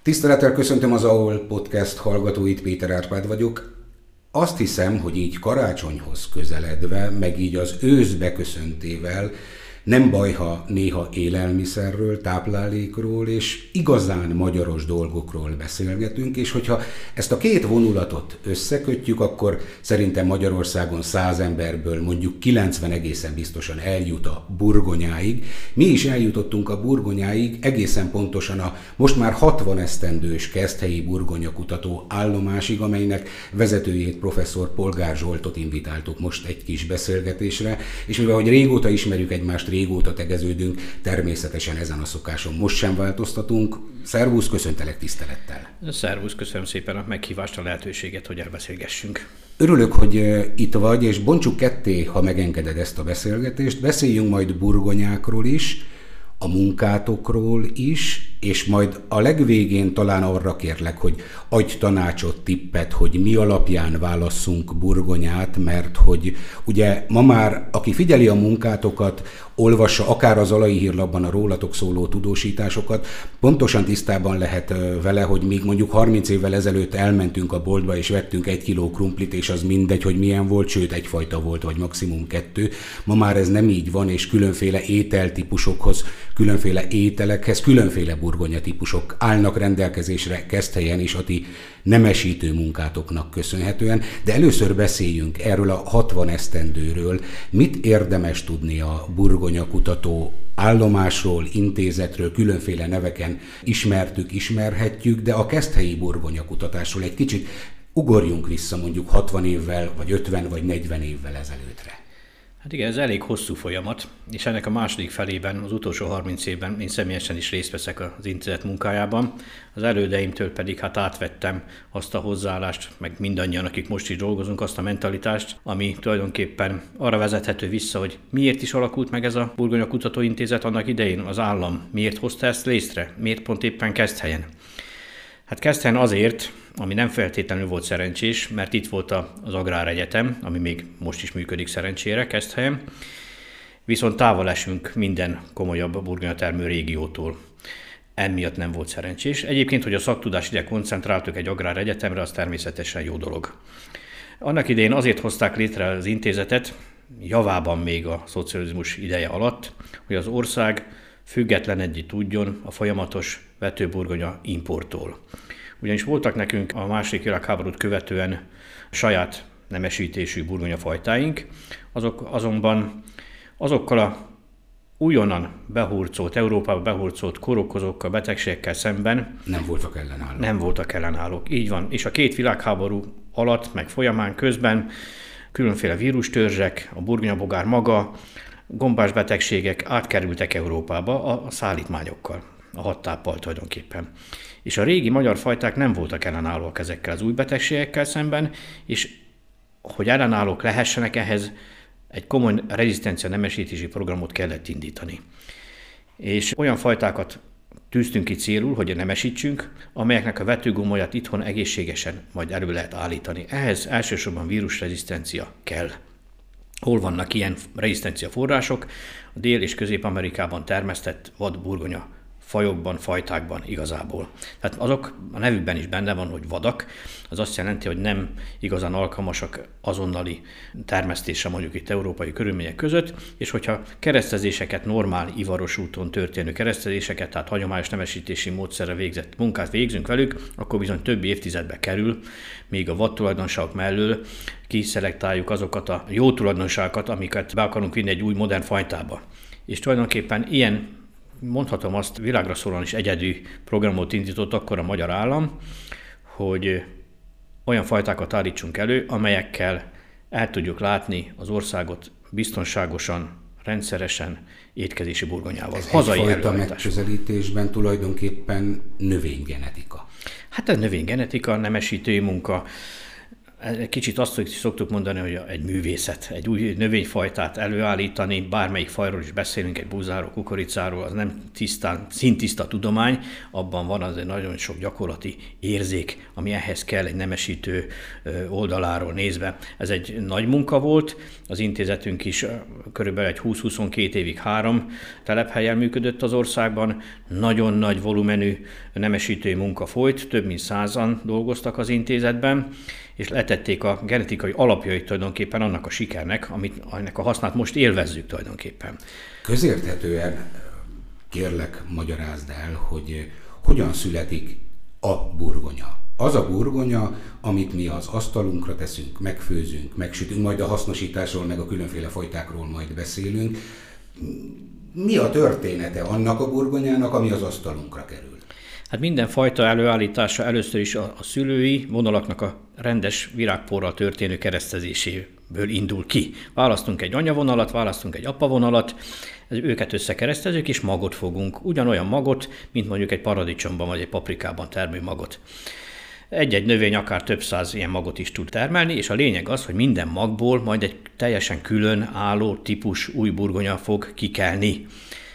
Tisztelettel köszöntöm az AOL Podcast hallgatóit, Péter Árpád vagyok. Azt hiszem, hogy így karácsonyhoz közeledve, meg így az ősz beköszöntével nem baj, ha néha élelmiszerről, táplálékról és igazán magyaros dolgokról beszélgetünk, és hogyha ezt a két vonulatot összekötjük, akkor szerintem Magyarországon 100 emberből mondjuk 90 egészen biztosan eljut a burgonyáig. Mi is eljutottunk a burgonyáig, egészen pontosan a most már 60 esztendős Keszthelyi burgonyakutató állomásig, amelynek vezetőjét, professzor Polgár Zsoltot invitáltuk most egy kis beszélgetésre, és mivel hogy régóta ismerjük egymást, régóta tegeződünk, természetesen ezen a szokáson most sem változtatunk. Szervusz, köszöntelek tisztelettel! Szervusz, köszönöm szépen a meghívást, a lehetőséget, hogy elbeszélgessünk. Örülök, hogy itt vagy, és bontsuk ketté, ha megengeded ezt a beszélgetést. Beszéljünk majd burgonyákról is, a munkátokról is, és majd a legvégén talán arra kérlek, hogy adj tanácsot, tippet, hogy mi alapján válasszunk burgonyát, mert hogy ugye ma már, aki figyeli a munkátokat, olvassa akár az Alai Hírlapban a rólatok szóló tudósításokat, pontosan tisztában lehet vele, hogy még mondjuk 30 évvel ezelőtt elmentünk a boltba és vettünk 1 kiló krumplit, és az mindegy, hogy milyen volt, sőt egyfajta volt, vagy maximum 2. Ma már ez nem így van, és különféle ételtípusokhoz, különféle ételekhez, különféle burgonyatípusok állnak rendelkezésre Keszthelyen és a ti nemesítő munkátoknak köszönhetően. De először beszéljünk erről a 60 esztendőről. Mit érdemes tudni a burgonyakutató állomásról, intézetről, különféle neveken ismerhetjük, de a keszthelyi burgonyakutatásról egy kicsit ugorjunk vissza mondjuk 60 évvel, vagy 50, vagy 40 évvel ezelőttre. Hát igen, ez elég hosszú folyamat, és ennek a második felében, az utolsó 30 évben én személyesen is részt veszek az intézet munkájában. Az elődeimtől pedig átvettem azt a hozzáállást, meg mindannyian, akik most is dolgozunk, azt a mentalitást, ami tulajdonképpen arra vezethető vissza, hogy miért is alakult meg ez a Burgonyakutató Intézet annak idején, az állam, miért hozta ezt létre, miért pont éppen Keszthelyen. Hát Keszthelyen azért, ami nem feltétlenül volt szerencsés, mert itt volt az Agráregyetem, ami még most is működik szerencsére Keszthelyen, viszont távol esünk minden komolyabb burgonyatermő régiótól. Emiatt nem volt szerencsés. Egyébként, hogy a szaktudás ide koncentráltuk egy Agráregyetemre, az természetesen jó dolog. Annak idején azért hozták létre az intézetet, javában még a szocializmus ideje alatt, hogy az ország függetlenedni tudjon a folyamatos vetőburgonya importtól. Ugyanis voltak nekünk a második világháborút követően saját nemesítésű burgonyafajtáink, azok azonban azokkal a újonnan behurcolt, Európába behurcolt kórokozókkal, betegségekkel szemben nem voltak ellenállók. Így van. És a 2 világháború alatt, meg folyamán közben különféle vírustörzsek, a burgonyabogár maga, gombás betegségek átkerültek Európába a szállítmányokkal, a hadtáppal tulajdonképpen. És a régi magyar fajták nem voltak ellenállóak ezekkel az új betegségekkel szemben, és hogy ellenállók lehessenek, ehhez egy komoly rezisztencia nemesítési programot kellett indítani. És olyan fajtákat tűztünk ki célul, hogy nemesítsünk, amelyeknek a vetőgomolyát itthon egészségesen majd elő lehet állítani. Ehhez elsősorban vírusrezisztencia kell. Hol vannak ilyen rezisztencia források? A Dél- és Közép-Amerikában termesztett vadburgonya fajokban, fajtákban igazából. Tehát azok a nevükben is benne van, hogy vadak, az azt jelenti, hogy nem igazán alkalmasak azonnali termesztésre mondjuk itt európai körülmények között, és hogyha keresztezéseket, normál ivaros úton történő keresztezéseket, tehát hagyományos nemesítési módszerre végzett munkát végzünk velük, akkor bizony több évtizedbe kerül, még a vadtulajdonságok mellől kiszelektáljuk azokat a jó tulajdonságokat, amiket be akarunk vinni egy új modern fajtába. És tulajdonképpen ilyen, mondhatom azt, világra szólóan is egyedű programot indított akkor a magyar állam, hogy olyan fajtákat állítsunk elő, amelyekkel el tudjuk látni az országot biztonságosan, rendszeresen étkezési burgonyával. Ez egyfajta megközelítésben tulajdonképpen növénygenetika. Hát ez növénygenetika, nemesítői munka, Kicsit azt, hogy szoktuk mondani, hogy egy művészet, egy új növényfajtát előállítani, bármelyik fajról is beszélünk, egy búzáról, kukoricáról, az nem színtiszta tudomány, abban van azért nagyon sok gyakorlati érzék, ami ehhez kell egy nemesítő oldaláról nézve. Ez egy nagy munka volt, az intézetünk is körülbelül egy 20-22 évig 3 telephelyen működött az országban, nagyon nagy volumenű nemesítői munka folyt, több mint 100-an dolgoztak az intézetben, és letették a genetikai alapjait tulajdonképpen annak a sikernek, ennek a hasznát most élvezzük tulajdonképpen. Közérthetően kérlek, magyarázd el, hogy hogyan születik a burgonya. Az a burgonya, amit mi az asztalunkra teszünk, megfőzünk, megsütünk, majd a hasznosításról, meg a különféle fajtákról majd beszélünk. Mi a története annak a burgonyának, ami az asztalunkra kerül? Hát minden fajta előállítása először is a szülői vonalaknak a rendes virágporral történő keresztezéséből indul ki. Választunk egy anyavonalat, választunk egy apavonalat, őket összekeresztezzük, és magot fogunk. Ugyanolyan magot, mint mondjuk egy paradicsomban vagy egy paprikában termő magot. Egy-egy növény akár több száz ilyen magot is tud termelni, és a lényeg az, hogy minden magból majd egy teljesen külön álló típus új burgonya fog kikelni.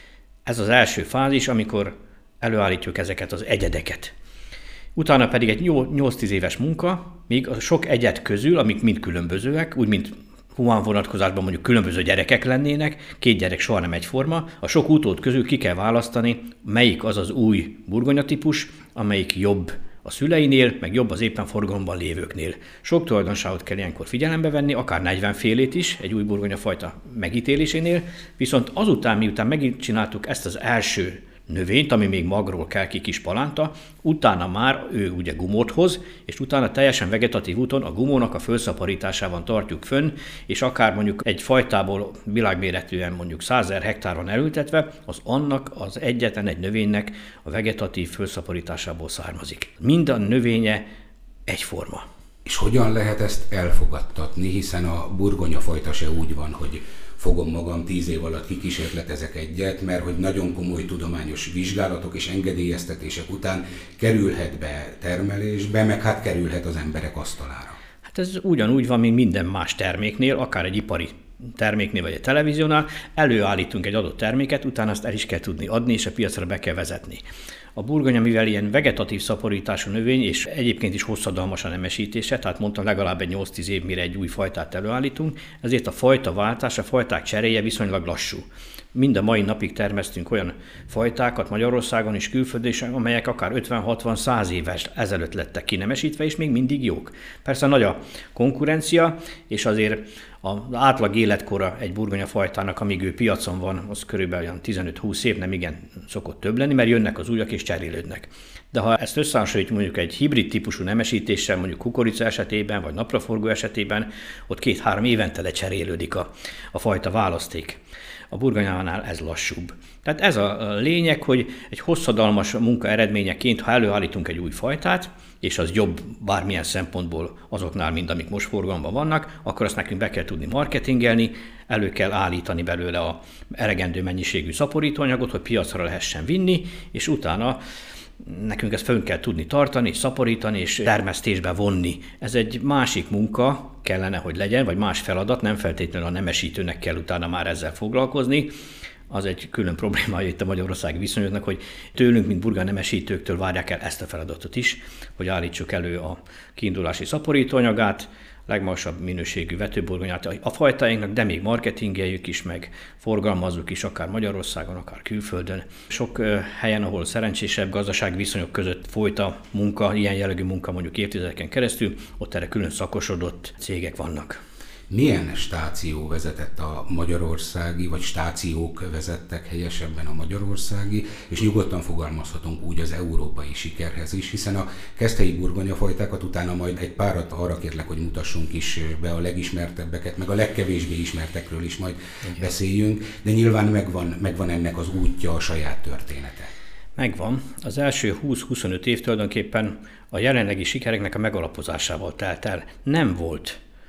Ez az első fázis, amikor előállítjuk ezeket az egyedeket. Utána pedig egy 8-10 éves munka, míg a sok egyed közül, amik mind különbözőek, úgy mint humán vonatkozásban mondjuk különböző gyerekek lennének, 2 gyerek soha nem egyforma, a sok utód közül ki kell választani, melyik az az új burgonyatípus, amelyik jobb a szüleinél, meg jobb az éppen forgalomban lévőknél. Sok tulajdonságot kell ilyenkor figyelembe venni, akár 40 félét is egy új burgonyafajta megítélésénél, viszont azután, miután megcsináltuk ezt az első növényt, ami még magról kell ki kis palánta, utána már ő ugye gumót hoz, és utána teljesen vegetatív úton a gumónak a felszaporításában tartjuk fönn, és akár mondjuk egy fajtából világméretűen mondjuk 100 000 hektáron elültetve, az annak az egyetlen egy növénynek a vegetatív felszaporításából származik. Minden növénye egyforma. És hogyan lehet ezt elfogadtatni, hiszen a burgonyafajta se úgy van, hogy fogom magam 10 év alatt kikísérletezek egyet, mert hogy nagyon komoly tudományos vizsgálatok és engedélyeztetések után kerülhet be termelésbe, meg hát kerülhet az emberek asztalára. Hát ez ugyanúgy van, mint minden más terméknél, akár egy ipari terméknél vagy egy televíziónál, előállítunk egy adott terméket, utána azt el is kell tudni adni, és a piacra be kell vezetni. A burgonya, mivel ilyen vegetatív szaporítású növény, és egyébként is hosszadalmas a nemesítése, tehát mondtam legalább egy 8-10 év, mire egy új fajtát előállítunk, ezért a fajtaváltás, a fajták cseréje viszonylag lassú. Mind a mai napig termesztünk olyan fajtákat Magyarországon és külföldön is, amelyek akár 50-60-100 éves ezelőtt lettek kinemesítve, és még mindig jók. Persze nagy a konkurencia, és azért az átlag életkora egy burgonyafajtának, amíg ő piacon van, az körülbelül olyan 15-20 év, nem igen szokott több lenni, mert jönnek az újak és cserélődnek. De ha ezt összehasonlítjuk mondjuk egy hibrid típusú nemesítéssel, mondjuk kukorica esetében, vagy napraforgó esetében, ott 2-3 évente lecserélődik a fajta választék. A burgonyánál ez lassúbb. Tehát ez a lényeg, hogy egy hosszadalmas munka eredményeként, ha előállítunk egy új fajtát, és az jobb bármilyen szempontból azoknál, mint amik most forgalomban vannak, akkor azt nekünk be kell tudni marketingelni, elő kell állítani belőle a elegendő mennyiségű szaporítóanyagot, hogy piacra lehessen vinni, és utána nekünk ezt fönn kell tudni tartani, szaporítani és termesztésbe vonni. Ez egy másik munka kellene, hogy legyen, vagy más feladat, nem feltétlenül a nemesítőnek kell utána már ezzel foglalkozni. Az egy külön problémája itt a magyarországi viszonyoknak, hogy tőlünk, mint burgonya-nemesítőktől várják el ezt a feladatot is, hogy állítsuk elő a kiindulási szaporítóanyagát, legmagasabb minőségű vetőburgonyát a fajtáinknak, de még marketingeljük is, meg forgalmazzuk is, akár Magyarországon, akár külföldön. Sok helyen, ahol szerencsésebb gazdasági viszonyok között folyt a munka, ilyen jellegű munka mondjuk évtizedeken keresztül, ott erre külön szakosodott cégek vannak. Milyen stáció vezetett a magyarországi, vagy stációk vezettek helyesebben a magyarországi, és nyugodtan fogalmazhatunk úgy az európai sikerhez is, hiszen a keszthelyi burgonyafajtákat utána majd egy párat arra kérlek, hogy mutassunk is be a legismertebbeket, meg a legkevésbé ismertekről is majd beszéljünk, de nyilván megvan ennek az útja, a saját története. Megvan. Az első 20-25 év tulajdonképpen a jelenlegi sikereknek a megalapozásával telt el. Nem volt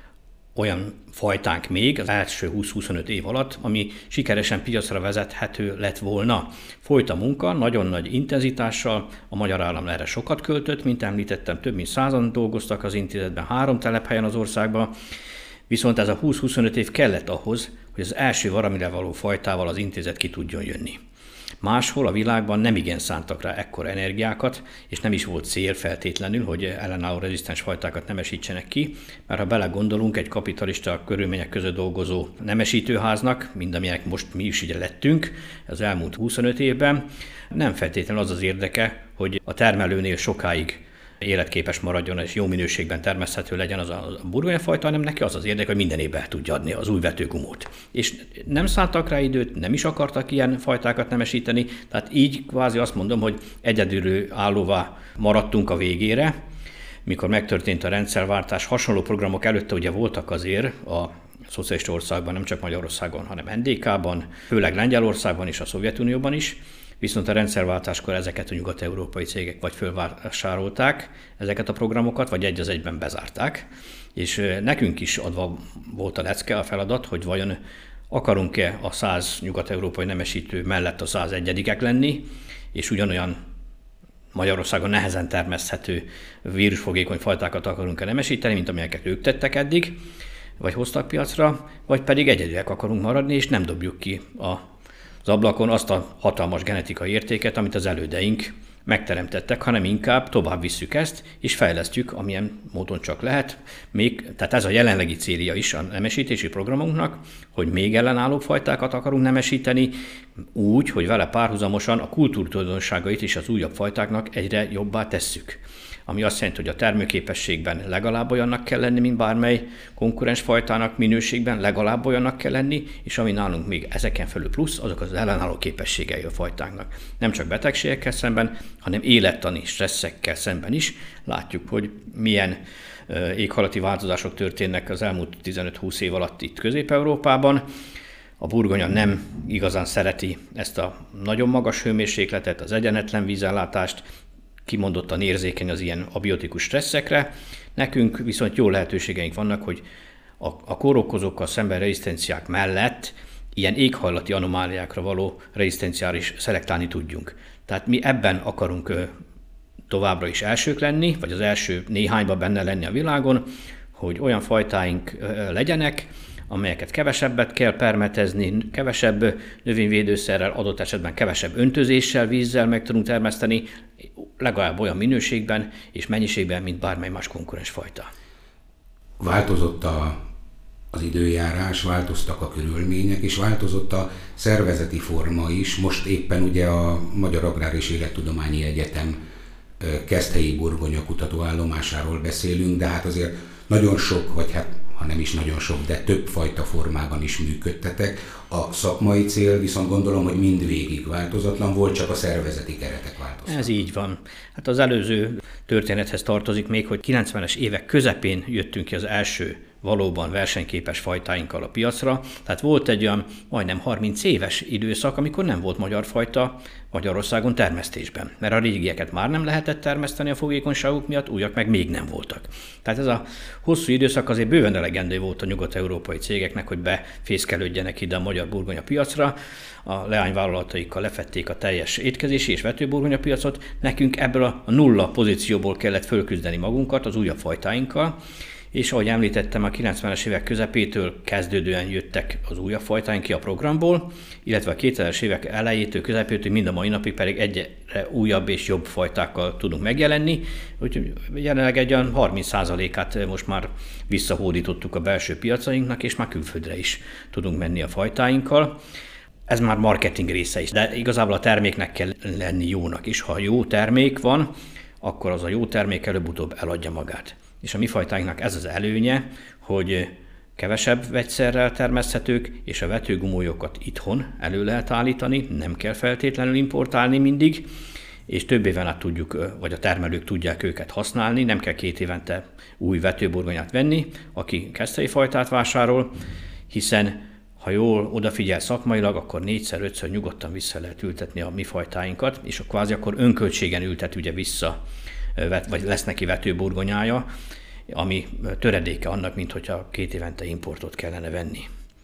olyan fajtánk még az első 20-25 év alatt, ami sikeresen piacra vezethető lett volna. Folyt a munka, nagyon nagy intenzitással, a magyar állam erre sokat költött, mint említettem, több mint 100-an dolgoztak az intézetben, 3 telephelyen az országban, viszont ez a 20-25 év kellett ahhoz, hogy az első valamire való fajtával az intézet ki tudjon jönni. Máshol a világban nem igen szántak rá ekkora energiákat, és nem is volt cél feltétlenül, hogy ellenálló rezisztens fajtákat nemesítsenek ki, mert ha belegondolunk egy kapitalista körülmények között dolgozó nemesítőháznak, mint amilyenek most mi is ugye lettünk az elmúlt 25 évben, nem feltétlenül az az érdeke, hogy a termelőnél sokáig életképes maradjon és jó minőségben termeszthető legyen az a burgonyafajta, hanem neki az az érdeke, hogy minden évben el tudja adni az új vetőgumót. És nem szántak rá időt, nem is akartak ilyen fajtákat nemesíteni, tehát így kvázi azt mondom, hogy egyedül állóvá maradtunk a végére, mikor megtörtént a rendszerváltás. Hasonló programok előtte ugye voltak azért a szocialista országban, nem csak Magyarországon, hanem NDK-ban, főleg Lengyelországban és a Szovjetunióban is. Viszont a rendszerváltáskor ezeket a nyugat-európai cégek vagy fölvásárolták ezeket a programokat, vagy egy az egyben bezárták, és nekünk is adva volt a lecke, a feladat, hogy vajon akarunk-e a 100 nyugat-európai nemesítő mellett a 101-ek lenni, és ugyanolyan Magyarországon nehezen termeszthető vírusfogékony fajtákat akarunk-e nemesíteni, mint amelyeket ők tettek eddig, vagy hoztak piacra, vagy pedig egyedülek akarunk maradni, és nem dobjuk ki az ablakon azt a hatalmas genetikai értéket, amit az elődeink megteremtettek, hanem inkább tovább visszük ezt, és fejlesztjük, amilyen módon csak lehet. Tehát ez a jelenlegi célja is a nemesítési programunknak, hogy még ellenálló fajtákat akarunk nemesíteni, úgy, hogy vele párhuzamosan a kultúrtulajdonságait is az újabb fajtáknak egyre jobbá tesszük. Ami azt jelenti, hogy a termőképességben legalább olyannak kell lenni, mint bármely konkurens fajtának, minőségben legalább olyannak kell lenni, és ami nálunk még ezeken felül plusz, azok az ellenálló képességei a fajtánknak. Nem csak betegségekkel szemben, hanem élettani stresszekkel szemben is. Látjuk, hogy milyen éghajlati változások történnek az elmúlt 15-20 év alatt itt Közép-Európában. A burgonya nem igazán szereti ezt a nagyon magas hőmérsékletet, az egyenetlen vízellátást, kimondottan érzékeny az ilyen abiotikus stresszekre. Nekünk viszont jó lehetőségeink vannak, hogy a kórokozókkal szemben rezisztenciák mellett ilyen éghajlati anomáliákra való rezisztenciális szelektálni tudjunk. Tehát mi ebben akarunk továbbra is elsők lenni, vagy az első néhányban benne lenni a világon, hogy olyan fajtáink legyenek, amelyeket kevesebbet kell permetezni, kevesebb növényvédőszerrel, adott esetben kevesebb öntözéssel, vízzel meg tudunk termeszteni, legalább olyan minőségben és mennyiségben, mint bármely más konkurens fajta. Változott az időjárás, változtak a körülmények, és változott a szervezeti forma is. Most éppen ugye a Magyar Agrár és Élettudományi Egyetem Keszthelyi burgonya kutatóállomásáról beszélünk, de hát azért nagyon sok, vagy hát ha nem is nagyon sok, de több fajta formában is működtetek. A szakmai cél viszont gondolom, hogy mindvégig változatlan volt, csak a szervezeti keretek változtak. Ez így van. Hát az előző történethez tartozik még, hogy 90-es évek közepén jöttünk ki az első valóban versenyképes fajtáinkkal a piacra. Tehát volt egy olyan majdnem 30 éves időszak, amikor nem volt magyar fajta Magyarországon termesztésben. Mert a régieket már nem lehetett termeszteni a fogékonyságuk miatt, újak meg még nem voltak. Tehát ez a hosszú időszak azért bőven elegendő volt a nyugat-európai cégeknek, hogy befészkelődjenek ide a magyar burgonya piacra. A leányvállalataikkal lefették a teljes étkezési és vetőburgonya piacot. Nekünk ebből a nulla pozícióból kellett fölküzdeni magunkat az újabb fajtáinkkal. És ahogy említettem, a 90-es évek közepétől kezdődően jöttek az újabb fajtáink ki a programból, illetve a 2000-es évek elejétől, közepétől mind a mai napig pedig egyre újabb és jobb fajtákkal tudunk megjelenni. Úgyhogy jelenleg egy olyan 30%-át most már visszahódítottuk a belső piacainknak, és már külföldre is tudunk menni a fajtáinkkal. Ez már marketing része is, de igazából a terméknek kell lenni jónak is. Ha jó termék van, akkor az a jó termék előbb-utóbb eladja magát. És a mi fajtáinknak ez az előnye, hogy kevesebb vegyszerrel termeszthetők, és a vetőgumójukat itthon elő lehet állítani, nem kell feltétlenül importálni mindig, és több éven át tudjuk, vagy a termelők tudják őket használni, nem kell 2 évente új vetőburgonyát venni, aki keszthelyi fajtát vásárol, hiszen ha jól odafigyel szakmailag, akkor 4-5-ször nyugodtan vissza lehet ültetni a mi fajtáinkat, és kvázi akkor önköltségen ültet ugye vissza, vagy lesz neki vetőburgonyája, ami töredéke annak, mint hogyha 2 évente importot kellene venni.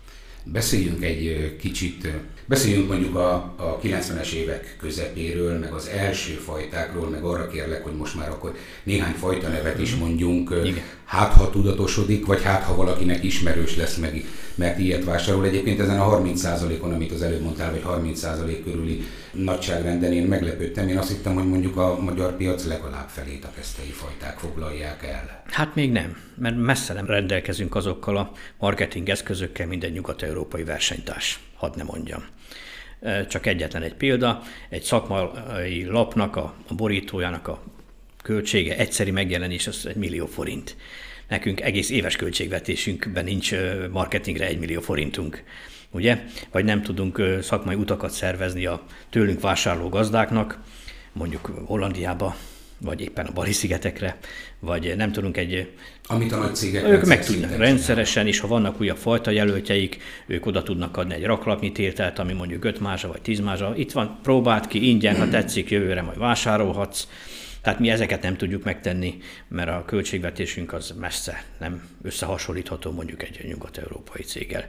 Beszéljünk mondjuk a 90-es évek közepéről, meg az első fajtákról, meg arra kérlek, hogy most már akkor néhány fajta nevet is mondjunk. Igen. Hát ha tudatosodik, vagy hát ha valakinek ismerős lesz, mert ilyet vásárol. Egyébként ezen a 30%-on, amit az előbb mondtál, vagy 30% körüli nagyságrenden én meglepődtem. Én azt hittem, hogy mondjuk a magyar piac legalább felét a keszthelyi fajták foglalják el. Hát még nem, mert messze nem rendelkezünk azokkal a marketing eszközökkel, mint egy nyugat-európai versenytárs, hadd ne mondjam. Csak egyetlen egy példa, egy szakmai lapnak, a borítójának a költsége, egyszeri megjelenés az 1 millió forint. Nekünk egész éves költségvetésünkben nincs marketingre 1 millió forintunk, ugye? Vagy nem tudunk szakmai utakat szervezni a tőlünk vásárló gazdáknak, mondjuk Hollandiába, vagy éppen a Bali-szigetekre, vagy nem tudunk amit a nagy cégek ők meg tudnak rendszeresen, és ha vannak újabb fajta jelöltjeik, ők oda tudnak adni egy raklapnyi tételt, ami mondjuk 5 mázsa vagy 10 mázsa. Itt van, próbáld ki ingyen, ha tetszik, jövőre majd vásárolhatsz. Tehát mi ezeket nem tudjuk megtenni, mert a költségvetésünk az messze nem összehasonlítható mondjuk egy nyugat-európai céggel.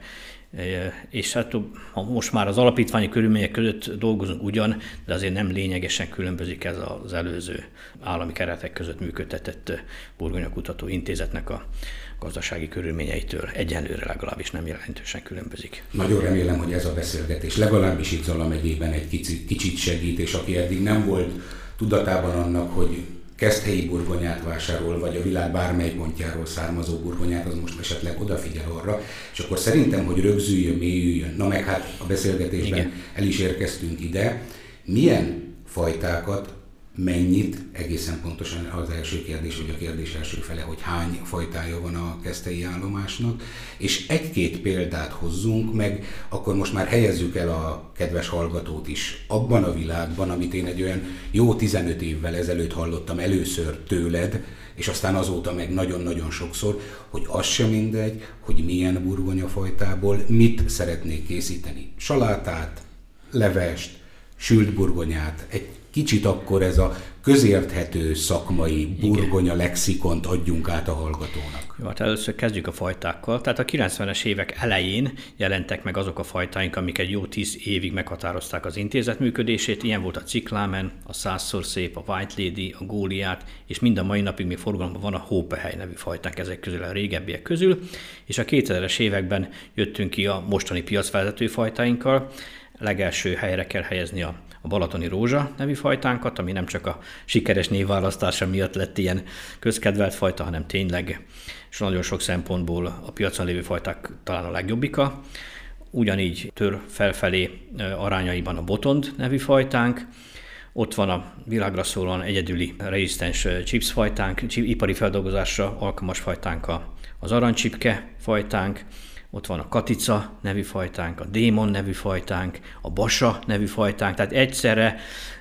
És hát most már az alapítványi körülmények között dolgozunk ugyan, de azért nem lényegesen különbözik ez az előző állami keretek között működtetett Burgonyakutató Intézetnek a gazdasági körülményeitől. Egyenlőre legalábbis nem jelentősen különbözik. Nagyon remélem, hogy ez a beszélgetés legalábbis itt Zala megyében egy kicsit segít, és aki eddig nem volt tudatában annak, hogy keszthelyi burgonyát vásárol, vagy a világ bármely pontjáról származó burgonyát, az most esetleg odafigyel arra, és akkor szerintem, hogy rögzüljön, mélyüljön, na meg hát a beszélgetésben igen, el is érkeztünk ide, milyen fajtákat, mennyit, egészen pontosan az első kérdés, vagy a kérdés első fele, hogy hány fajtája van a keszthelyi állomásnak, és egy-két példát hozzunk meg, akkor most már helyezzük el a kedves hallgatót is abban a világban, amit én egy olyan jó 15 évvel ezelőtt hallottam először tőled, és aztán azóta meg nagyon-nagyon sokszor, hogy az sem mindegy, hogy milyen burgonyafajtából mit szeretnék készíteni. Salátát, levest, sült burgonyát, egy kicsit akkor ez a közérthető szakmai burgonya lexikont adjunk át a hallgatónak. Jó, hát először kezdjük a fajtákkal. Tehát a 90-es évek elején jelentek meg azok a fajtáink, amik egy jó 10 évig meghatározták az intézet működését. Ilyen volt a ciklámen, a 100-szor szép, a White Lady, a Góliát, és mind a mai napig még forgalomban van a hópehely nevű fajták ezek közül, a régebbiek közül. És a 2000-es években jöttünk ki a mostani piacvezető fajtáinkkal. Legelső helyre kell helyezni a balatoni rózsa nevű fajtánkat, ami nem csak a sikeres névválasztása miatt lett ilyen közkedvelt fajta, hanem tényleg, és nagyon sok szempontból a piacon lévő fajták talán a legjobbika. Ugyanígy tör felfelé arányaiban a botond nevű fajtánk, ott van a világra egyedüli rezisztens chips fajtánk, ipari feldolgozásra alkalmas fajtánk az aranycsipke fajtánk, ott van a Katica nevű fajtánk, a Démon nevű fajtánk, a Basa nevű fajtánk, tehát egyszerre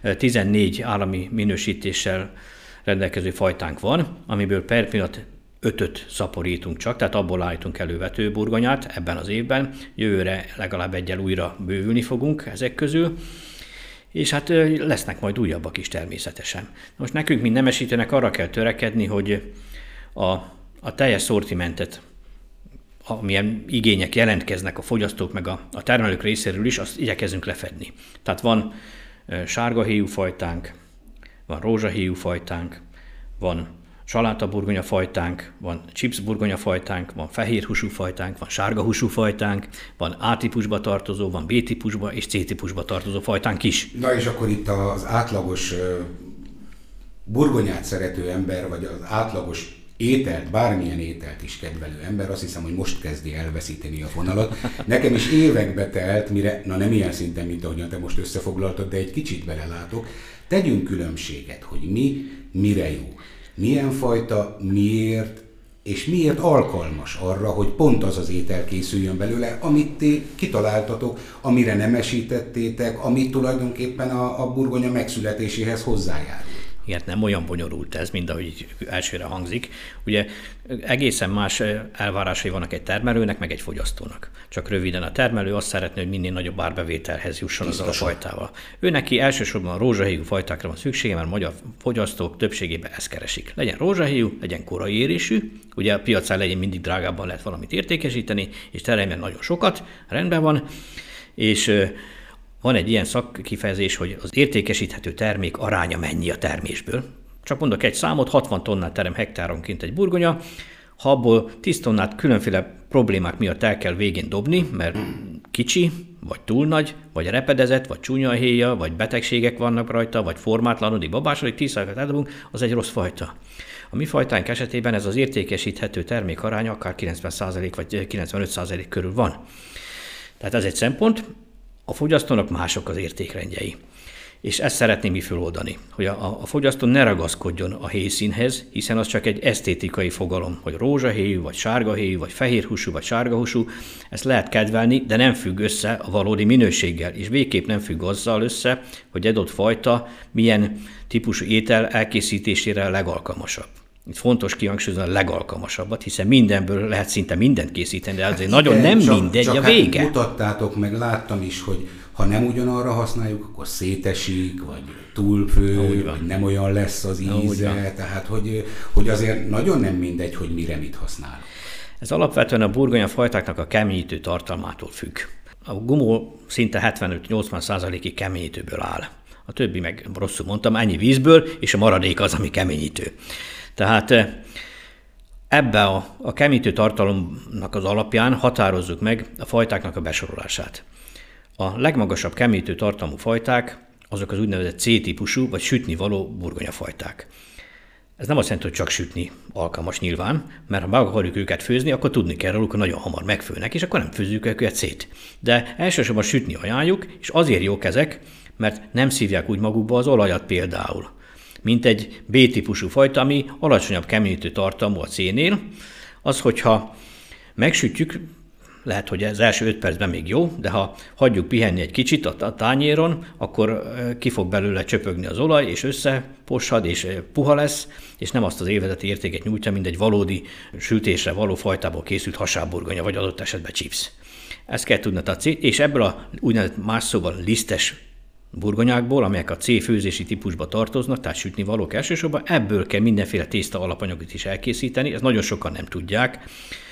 14 állami minősítéssel rendelkező fajtánk van, amiből per pillanat 5-öt szaporítunk csak, tehát abból állítunk elő vetőburgonyát ebben az évben, jövőre legalább egyel újra bővülni fogunk ezek közül, és hát lesznek majd újabbak is természetesen. Most nekünk, mint nemesítőnek arra kell törekedni, hogy a teljes szortimentet, amilyen igények jelentkeznek a fogyasztók meg a termelők részéről is, azt igyekezünk lefedni. Tehát van sárgahéjú fajtánk, van rózsahéjú fajtánk, van salátaburgonya fajtánk, van chipsburgonya fajtánk, van fehérhúsú fajtánk, van sárgahúsú fajtánk, van A-típusba tartozó, van B-típusba és C-típusba tartozó fajtánk is. Na és akkor itt az átlagos burgonyát szerető ember, vagy az átlagos ételt, bármilyen ételt is kedvelő ember, azt hiszem, hogy most kezdi elveszíteni a fonalat. Nekem is évekbe telt, mire, na nem ilyen szinten, mint ahogyan te most összefoglaltad, de egy kicsit belelátok. Tegyünk különbséget, hogy mi mire jó. Milyen fajta, miért, és miért alkalmas arra, hogy pont az az étel készüljön belőle, amit ti kitaláltatok, amire nemesítettétek, amit tulajdonképpen a burgonya megszületéséhez hozzájárul. Igen, nem olyan bonyolult ez, mint ahogy elsőre hangzik. Ugye egészen más elvárásai vannak egy termelőnek, meg egy fogyasztónak. Csak röviden a termelő azt szeretné, hogy minél nagyobb árbevételhez jusson azzal a fajtával. Ő neki elsősorban a rózsahéjú fajtákra van szüksége, mert a magyar fogyasztók többségében ezt keresik. Legyen rózsahéjú, legyen korai érésű, ugye a piacán legyen mindig drágábban lehet valamit értékesíteni, és termeljen nagyon sokat, rendben van, és van egy ilyen szakkifejezés, hogy az értékesíthető termék aránya mennyi a termésből. Csak mondok egy számot, 60 tonnát terem hektáronként egy burgonya, ha abból 10 tonnát különféle problémák miatt el kell végén dobni, mert kicsi, vagy túl nagy, vagy repedezett, vagy csúnya a héja, vagy betegségek vannak rajta, vagy formátlanodik, babásodik, 10%-ot eldobunk, az egy rossz fajta. A mi fajtánk esetében ez az értékesíthető termék aránya akár 90% vagy 95% körül van. Tehát ez egy szempont, a fogyasztónak mások az értékrendjei. És ezt szeretném mi föloldani, hogy a fogyasztó ne ragaszkodjon a héjszínhez, hiszen az csak egy esztétikai fogalom, hogy rózsahéjú, vagy sárgahéjú, vagy fehérhúsú, vagy sárgahúsú, ezt lehet kedvelni, de nem függ össze a valódi minőséggel, és végképp nem függ azzal össze, hogy adott fajta milyen típusú étel elkészítésére a legalkalmasabb. Itt fontos kihangsúlyozni a legalkalmasabbat, hiszen mindenből lehet szinte mindent készíteni, de azért nagyon igen, nem mindegy a vége. Mutattátok meg, láttam is, hogy ha nem ugyanarra használjuk, akkor szétesik, vagy túlfő, vagy nem olyan lesz az íze, tehát hogy azért nagyon nem mindegy, hogy mire mit használ. Ez alapvetően a burgonya fajtáknak a keményítő tartalmától függ. A gumó szinte 75-80%-ig keményítőből áll. A többi meg rosszul mondtam, ennyi vízből, és a maradék az, ami keményítő. Tehát ebbe a keményítő tartalomnak az alapján határozzuk meg a fajtáknak a besorolását. A legmagasabb keményítő tartalmú fajták azok az úgynevezett C-típusú vagy sütni való burgonyafajták. Ez nem azt jelenti, hogy csak sütni alkalmas nyilván, mert ha meg akarjuk őket főzni, akkor tudni kell róluk, hogy nagyon hamar megfőnek, és akkor nem főzzük őket szét. De elsősorban sütni ajánljuk, és azért jók ezek, mert nem szívják úgy magukba az olajat például, mint egy B-típusú fajta, ami alacsonyabb keményítő tartalmú a C-nél, az, hogyha megsütjük, lehet, hogy az első 5 percben még jó, de ha hagyjuk pihenni egy kicsit a tányéron, akkor ki fog belőle csöpögni az olaj, és összepossad, és puha lesz, és nem azt az élvezeti értéket nyújtja, mint egy valódi sültésre való fajtából készült hasábburgonya, vagy adott esetben chips. Ezt kell tudni, és ebből a úgynevezett más szóval lisztes burgonyákból, amelyek a C főzési típusba tartoznak, tehát sütni valók elsősorban, ebből kell mindenféle tészta alapanyagot is elkészíteni, ezt nagyon sokan nem tudják,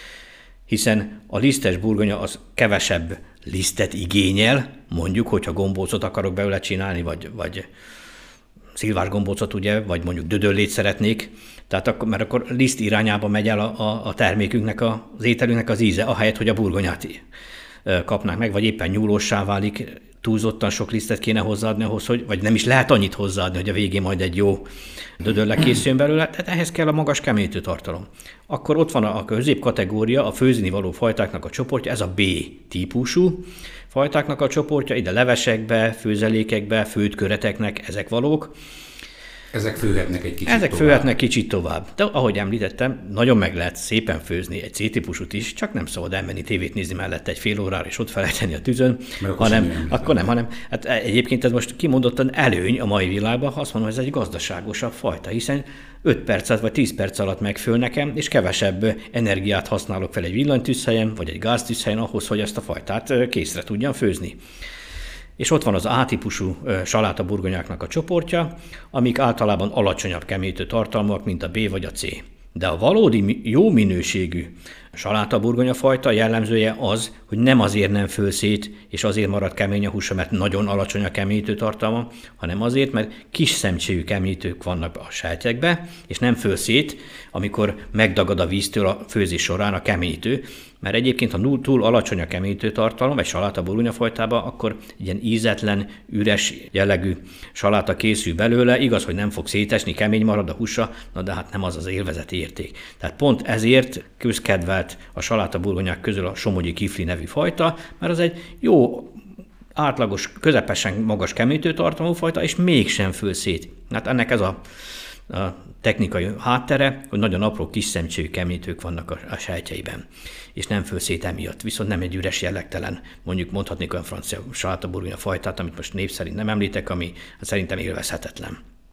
hiszen a lisztes burgonya az kevesebb lisztet igényel, mondjuk, hogyha gombócot akarok belőle csinálni, vagy szilvás gombócot, ugye, vagy mondjuk dödöllét szeretnék, tehát mert akkor liszt irányába megy el a termékünknek, az ételünknek az íze, ahelyett, hogy a burgonyát kapnák meg, vagy éppen nyúlóssá válik, túlzottan sok lisztet kéne hozzáadni ahhoz, vagy nem is lehet annyit hozzáadni, hogy a végén majd egy jó dödölle készüljön belőle, tehát ehhez kell a magas keményítő tartalom. Akkor ott van a középkategória, a főzni való fajtáknak a csoportja, ez a B-típusú fajtáknak a csoportja, ide levesekbe, főzelékekbe, főtt köreteknek ezek valók. Ezek főhetnek egy kicsit Ezek főhetnek kicsit tovább. De ahogy említettem, nagyon meg lehet szépen főzni egy C-típusút is, csak nem szabad elmenni tévét nézni mellett egy fél órára és ott felejteni a tüzön, hanem hát egyébként ez most kimondottan előny a mai világban, ha azt mondom, hogy ez egy gazdaságosabb fajta, hiszen 5 percet vagy 10 perc alatt megföl nekem, és kevesebb energiát használok fel egy villanytűzhelyen, vagy egy gáztűzhelyen ahhoz, hogy ezt a fajtát készre tudjam főzni. És ott van az A-típusú salátaburgonyáknak a csoportja, amik általában alacsonyabb keményítő tartalmak, mint a B vagy a C. De a valódi jó minőségű salátaburgonyafajta jellemzője az, hogy nem azért nem föl szét, és azért marad kemény a húsa, mert nagyon alacsony a keményítő tartalma, hanem azért, mert kis szemcséjű keményítők vannak a sejtekbe, és nem föl szét, amikor megdagad a víztől a főzés során a keményítő, mert egyébként, ha túl alacsony a keményítő tartalom egy salátaburgonyafajtába, akkor ilyen ízetlen, üres jellegű saláta készül belőle, igaz, hogy nem fog szétesni, kemény marad a húsa, na de hát nem az az élvezeti érték. Tehát pont ezért közkedvelt a salátaburgonyák közül a somogyi kifli nevű fajta, mert az egy jó, átlagos, közepesen magas keményítőtartalmú fajta, és mégsem föl szét. Hát ennek ez a technikai háttere, hogy nagyon apró kis szemcséjű keményítők vannak a sejtjeiben, és nem föl szét emiatt. Viszont nem egy üres jellegtelen, mondjuk mondhatnék olyan francia salátaburgonya fajtát, amit most név szerint nem említek, ami szerintem élvezhetetlen.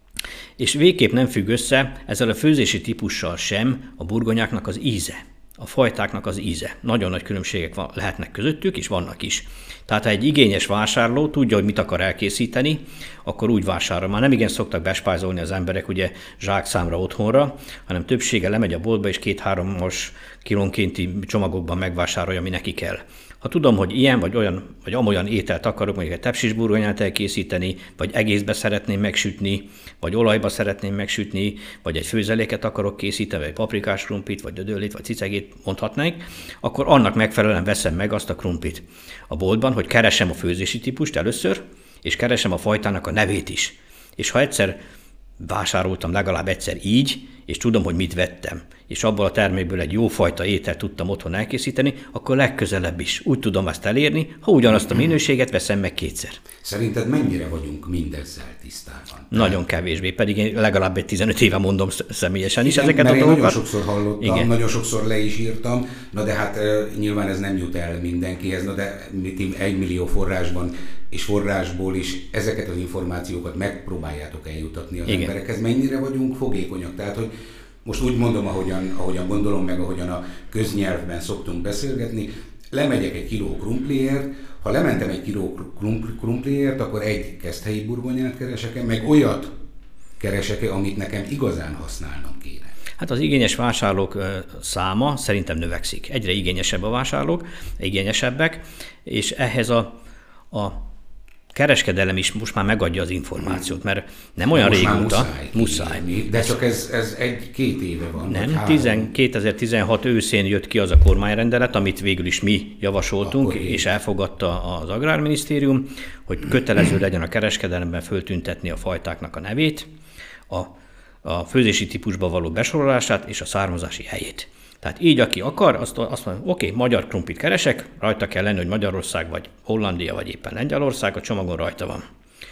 És végképp nem függ össze ezzel a főzési típussal sem a burgonyáknak az íze, a fajtáknak az íze. Nagyon nagy különbségek lehetnek közöttük, és vannak is. Tehát ha egy igényes vásárló tudja, hogy mit akar elkészíteni, akkor úgy vásárol. Már nem igen szoktak bespájzolni az emberek ugye zsákszámra otthonra, hanem többsége lemegy a boltba, és 2-3 kilónkénti csomagokban megvásárolja, ami neki kell. Ha tudom, hogy ilyen vagy olyan, vagy amolyan ételt akarok, mondjuk egy tepsis burgonyát elkészíteni, vagy egészbe szeretném megsütni, vagy olajba szeretném megsütni, vagy egy főzeléket akarok készíteni, vagy paprikás krumplit, vagy dödöllét, vagy cicegét mondhatnánk, akkor annak megfelelően veszem meg azt a krumplit a boltban, hogy keresem a főzési típust először, és keresem a fajtának a nevét is. És ha egyszer vásároltam legalább egyszer így, és tudom, hogy mit vettem, és abból a termékből egy jófajta ételt tudtam otthon elkészíteni, akkor legközelebb is úgy tudom ezt elérni, ha ugyanazt a minőséget veszem meg kétszer. Szerinted mennyire vagyunk mindezzel tisztában? Nagyon kevésbé, pedig én legalább egy 15 éve mondom személyesen is ezeket a dolgokat. Nagyon sokszor hallottam, igen. Nagyon sokszor le is írtam, na de hát nyilván ez nem jut el mindenkihez, na de 1 millió forrásban és forrásból is ezeket az információkat megpróbáljátok eljutatni az emberekhez. Mennyire vagyunk fogékonyak? Tehát, hogy most úgy mondom, ahogyan gondolom meg, ahogyan a köznyelvben szoktunk beszélgetni, lemegyek egy kiló krumpliért, ha lementem egy kiló krumpliért, akkor egy keszthelyi burgonyát keresek, meg olyat keresek, amit nekem igazán használnom kéne. Hát az igényes vásárlók száma szerintem növekszik. Egyre igényesebb a vásárlók, igényesebbek, és ehhez a kereskedelem is most már megadja az információt, mert nem olyan régóta. Muszáj. De csak ez 1-2 éve van. Nem, 2016 őszén jött ki az a kormányrendelet, amit végül is mi javasoltunk, és elfogadta az Agrárminisztérium, hogy kötelező legyen a kereskedelemben föltüntetni a fajtáknak a nevét, a főzési típusba való besorolását és a származási helyét. Tehát így, aki akar, azt mondja, oké, magyar krumplit keresek, rajta kell lenni, hogy Magyarország, vagy Hollandia, vagy éppen Lengyelország, a csomagon rajta van.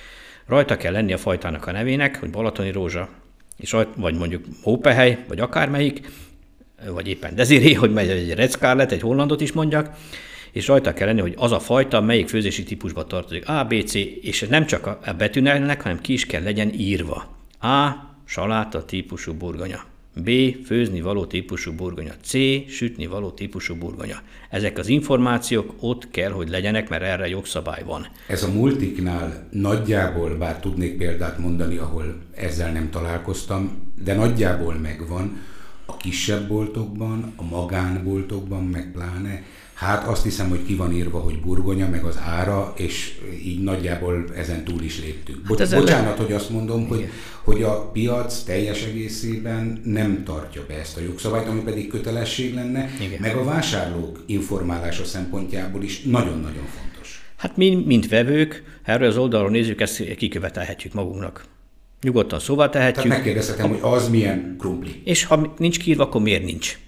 Rajta kell lenni a fajtának a nevének, hogy balatoni rózsa, és vagy mondjuk hópehely, vagy akármelyik, vagy éppen Desiré, hogy megy egy Red Scarlet, egy hollandot is mondjak, és rajta kell lenni, hogy az a fajta, melyik főzési típusba tartozik. A, B, C, és nem csak a betűnelnek, hanem ki is kell legyen írva. A, saláta típusú burgonya. B. Főzni való típusú burgonya. C. Sütni való típusú burgonya. Ezek az információk ott kell, hogy legyenek, mert erre jogszabály van. Ez a multiknál nagyjából, bár tudnék példát mondani, ahol ezzel nem találkoztam, de nagyjából megvan, a kisebb boltokban, a magánboltokban meg pláne, hát azt hiszem, hogy ki van írva, hogy burgonya, meg az ára, és így nagyjából ezen túl is léptünk. Bocsánat, hogy azt mondom, hogy a piac teljes egészében nem tartja be ezt a jogszabályt, ami pedig kötelesség lenne, igen. Meg a vásárlók informálása szempontjából is nagyon-nagyon fontos. Hát mi, mint vevők, erről az oldalról nézzük, ezt kikövetelhetjük magunknak. Nyugodtan szóvá tehetjük. Tehát megkérdezhetem, hogy az milyen krumpli. És ha nincs kiírva, akkor miért nincs?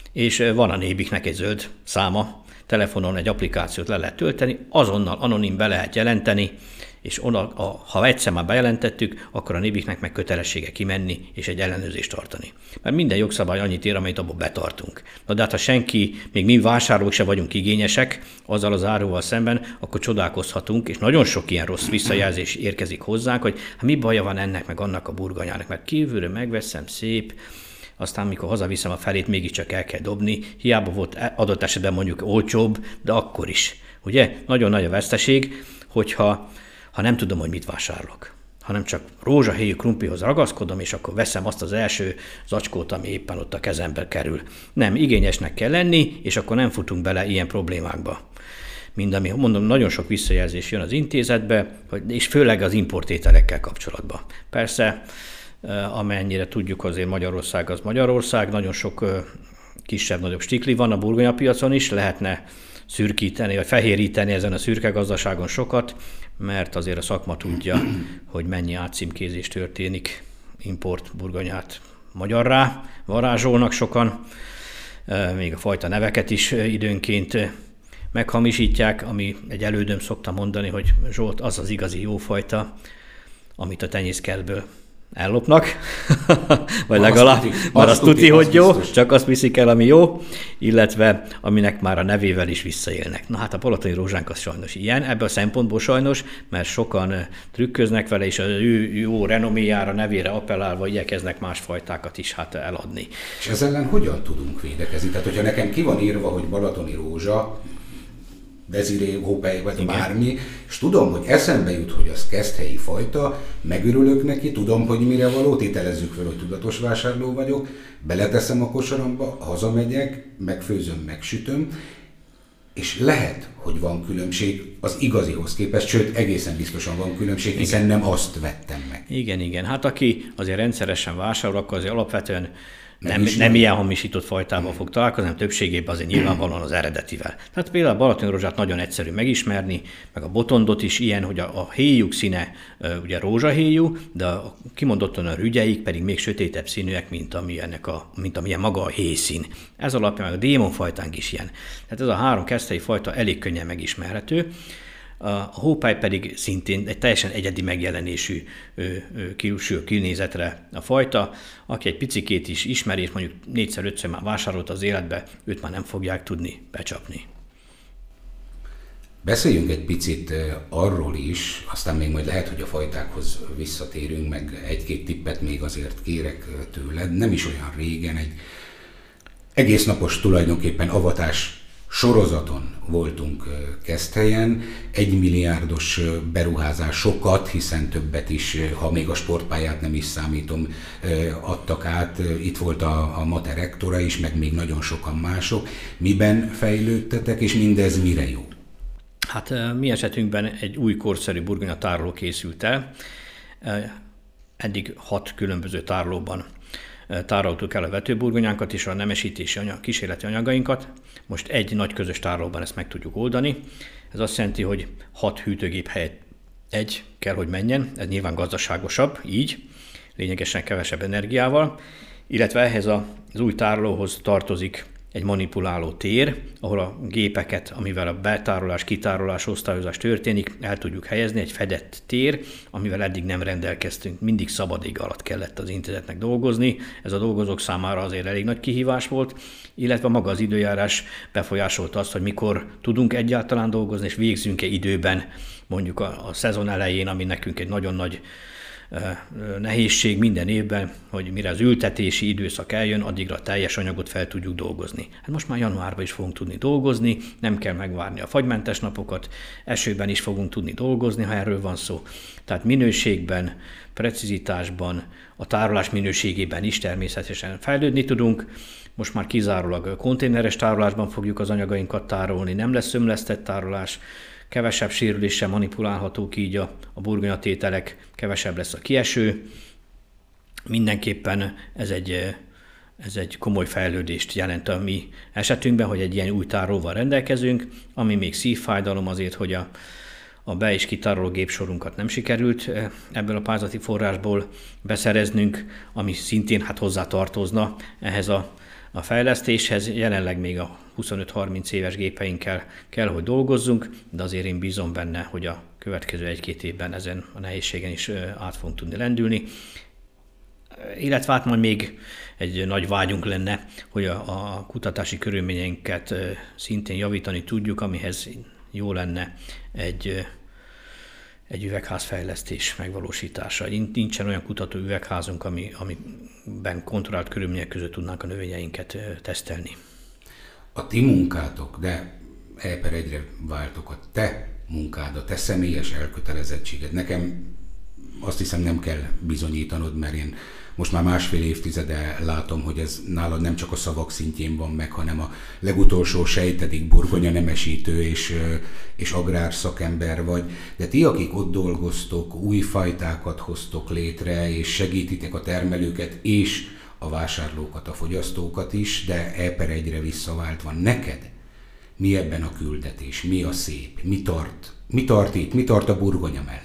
És van a Nébiknek egy zöld száma, telefonon egy applikációt le lehet tölteni, azonnal anonim be lehet jelenteni, és ha egyszer már bejelentettük, akkor a Nébiknek meg kötelessége kimenni és egy ellenőrzést tartani. Mert minden jogszabály annyit ér, amelyet abból betartunk. Na de hát ha senki, még mi vásárlók se vagyunk igényesek azzal az áruval szemben, akkor csodálkozhatunk, és nagyon sok ilyen rossz visszajelzés érkezik hozzánk, hogy hát mi baja van ennek meg annak a burgonyának, mert kívülről megveszem szép, aztán mikor hazaviszem a felét, mégiscsak el kell dobni. Hiába volt adott esetben mondjuk olcsóbb, de akkor is. Ugye? Nagyon nagy a veszteség, hogyha nem tudom, hogy mit vásárolok, hanem csak rózsahéjú krumplihoz ragaszkodom, és akkor veszem azt az első zacskót, ami éppen ott a kezembe kerül. Nem, igényesnek kell lenni, és akkor nem futunk bele ilyen problémákba. Mind ami, mondom, nagyon sok visszajelzés jön az intézetbe, és főleg az importételekkel kapcsolatban. Persze, amennyire tudjuk, azért Magyarország az Magyarország, nagyon sok kisebb-nagyobb stikli van a burgonyapiacon is, lehetne szürkíteni, vagy fehéríteni ezen a szürke gazdaságon sokat, mert azért a szakma tudja, hogy mennyi átcímkézés történik, import burgonyát magyarrá varázsolnak sokan, még a fajta neveket is időnként meghamisítják, ami egy elődöm szokta mondani, hogy Zsolt, az az igazi jó fajta, amit a tenyészkertből ellopnak, vagy legalább, mert azt tuti, hogy jó, biztos. Csak azt viszik el, ami jó, illetve aminek már a nevével is visszaélnek. Na hát a balatoni rózsánk az sajnos ilyen, ebből a szempontból sajnos, mert sokan trükköznek vele, és az ő jó renoméjára, nevére appellálva igyekeznek más fajtákat is hát eladni. És ezzel ellen hogyan tudunk védekezni? Tehát, hogyha nekem ki van írva, hogy balatoni rózsa, Desiré, Hópely, vagy bármi, és tudom, hogy eszembe jut, hogy az keszthelyi fajta, megörülök neki, tudom, hogy mire való, tételezzük fel, hogy tudatos vásárló vagyok, beleteszem a kosaramba, hazamegyek, megfőzöm, megsütöm, és lehet, hogy van különbség az igazihoz képest, sőt, egészen biztosan van különbség, hiszen nem azt vettem meg. Igen. Hát aki azért rendszeresen vásárol, akkor azért alapvetően nem ilyen hamisított fajtával fog találkozni, hanem többségében azért nyilvánvalóan az eredetivel. Tehát például a balatoni rózsát nagyon egyszerű megismerni, meg a botondot is ilyen, hogy a héjuk színe ugye rózsahéjú, de kimondottan a rügyeik pedig még sötétebb színűek, mint amilyen maga a héjszín. Ez alapján meg a démonfajtánk is ilyen. Tehát ez a három keszthelyi fajta elég könnyen megismerhető. A hópály pedig szintén egy teljesen egyedi megjelenésű külső kinézetre a fajta. Aki egy picikét is ismeri, és mondjuk 4-5-ször már vásárolt az életbe, őt már nem fogják tudni becsapni. Beszéljünk egy picit arról is, aztán még majd lehet, hogy a fajtákhoz visszatérünk, meg egy-két tippet még azért kérek tőled. Nem is olyan régen, egy egész napos tulajdonképpen avatás sorozaton voltunk Keszthelyen, 1 milliárdos beruházásokat, hiszen többet is, ha még a sportpályát nem is számítom, adtak át. Itt volt a Mater rektora is, meg még nagyon sokan mások. Miben fejlődtetek, és mindez mire jó? Hát mi esetünkben egy új korszerű burgonya tároló készült el. Eddig 6 különböző tárolóban tároltuk el a vetőburgonyánkat és a nemesítési kísérleti anyagainkat. Most egy nagy közös tárolóban ezt meg tudjuk oldani. Ez azt jelenti, hogy 6 hűtőgép helyett egy kell, hogy menjen. Ez nyilván gazdaságosabb, így, lényegesen kevesebb energiával. Illetve ehhez az új tárolóhoz tartozik egy manipuláló tér, ahol a gépeket, amivel a betárolás, kitárolás, osztályozás történik, el tudjuk helyezni, egy fedett tér, amivel eddig nem rendelkeztünk. Mindig szabad ég alatt kellett az intézetnek dolgozni. Ez a dolgozók számára azért elég nagy kihívás volt, illetve maga az időjárás befolyásolta azt, hogy mikor tudunk egyáltalán dolgozni, és végzünk-e időben, mondjuk a szezon elején, ami nekünk egy nagyon nagy nehézség minden évben, hogy mire az ültetési időszak eljön, addigra a teljes anyagot fel tudjuk dolgozni. Hát most már januárban is fogunk tudni dolgozni, nem kell megvárni a fagymentes napokat, esőben is fogunk tudni dolgozni, ha erről van szó. Tehát minőségben, precizitásban, a tárolás minőségében is természetesen fejlődni tudunk. Most már kizárólag konténeres tárolásban fogjuk az anyagainkat tárolni, nem lesz ömlesztett tárolás, kevesebb sérüléssel manipulálhatók így a burgonyatételek, kevesebb lesz a kieső. Mindenképpen ez egy komoly fejlődést jelent a mi esetünkben, hogy egy ilyen új tárolóval rendelkezünk, ami még szívfájdalom azért, hogy a be- és kitároló gépsorunkat nem sikerült ebből a pályázati forrásból beszereznünk, ami szintén hát hozzá tartozna ehhez a fejlesztéshez. Jelenleg még a 25-30 éves gépeinkkel kell, hogy dolgozzunk, de azért én bízom benne, hogy a következő 1-2 évben ezen a nehézségen is át fogunk tudni lendülni. Illetve hát majd még egy nagy vágyunk lenne, hogy a kutatási körülményeinket szintén javítani tudjuk, amihez jó lenne egy üvegházfejlesztés megvalósítása. Nincsen olyan kutató üvegházunk, amiben kontrollált körülmények között tudnánk a növényeinket tesztelni. A ti munkátok, de per egyre váltok, a te munkád, a te személyes elkötelezettséged. Nekem azt hiszem nem kell bizonyítanod, mert én most már 1,5 évtizede látom, hogy ez nálad nem csak a szavak szintjén van meg, hanem a legutolsó sejtedik burgonya nemesítő és agrárszakember vagy. De ti, akik ott dolgoztok, új fajtákat hoztok létre, és segítitek a termelőket és a vásárlókat, a fogyasztókat is, de per egyre visszaváltva neked. Mi ebben a küldetés? Mi a szép? Mi tart itt? Mi tart a burgonya mellett?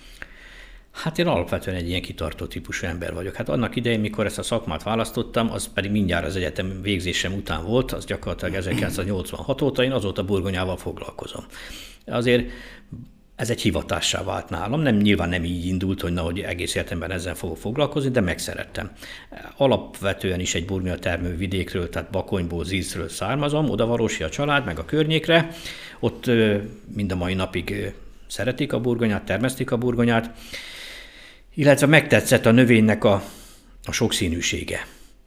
Hát én alapvetően egy ilyen kitartó típusú ember vagyok. Hát annak idején, mikor ezt a szakmát választottam, az pedig mindjárt az egyetem végzésem után volt, az gyakorlatilag 1986 óta, én azóta burgonyával foglalkozom. Azért Ez egy hivatássá vált nálam, nyilván nem így indult, hogy egész életemben ezzel fogok foglalkozni, de megszerettem. Alapvetően is egy burgonya termő vidékről, tehát Bakonyból, Ziszről származom, odavalósi a család, meg a környékre. Ott mind a mai napig szeretik a burgonyát, termesztik a burgonyát, illetve megtetszett a növénynek a sokszínűsége.